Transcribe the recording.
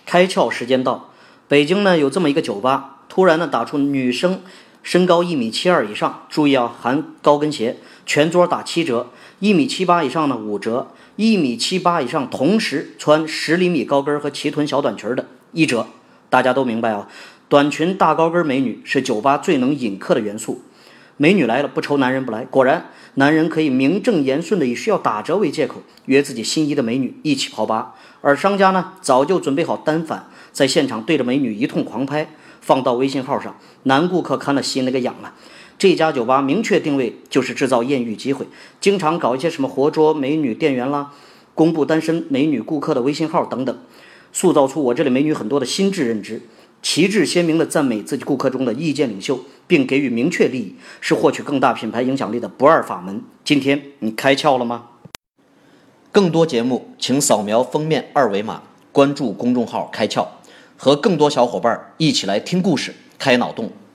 开窍时间到，北京呢有这么一个酒吧，突然呢打出女生身高1.72米以上，注意啊，含高跟鞋，全桌打7折；1.78米以上呢5折；1.78米以上同时穿10厘米高跟和齐臀小短裙的1折。大家都明白啊，短裙大高跟美女是酒吧最能引客的元素。美女来了，不愁男人不来。果然，男人可以名正言顺的以需要打折为借口，约自己心仪的美女一起泡吧。而商家呢，早就准备好单反，在现场对着美女一通狂拍，放到微信号上。男顾客看了心那个痒啊！这家酒吧明确定位就是制造艳遇机会，经常搞一些什么活捉美女店员啦，公布单身美女顾客的微信号等等，塑造出我这里美女很多的心智认知。旗帜鲜明地赞美自己顾客中的意见领袖，并给予明确利益，是获取更大品牌影响力的不二法门。今天你开窍了吗？更多节目请扫描封面2维码，关注公众号开窍，和更多小伙伴一起来听故事，开脑洞。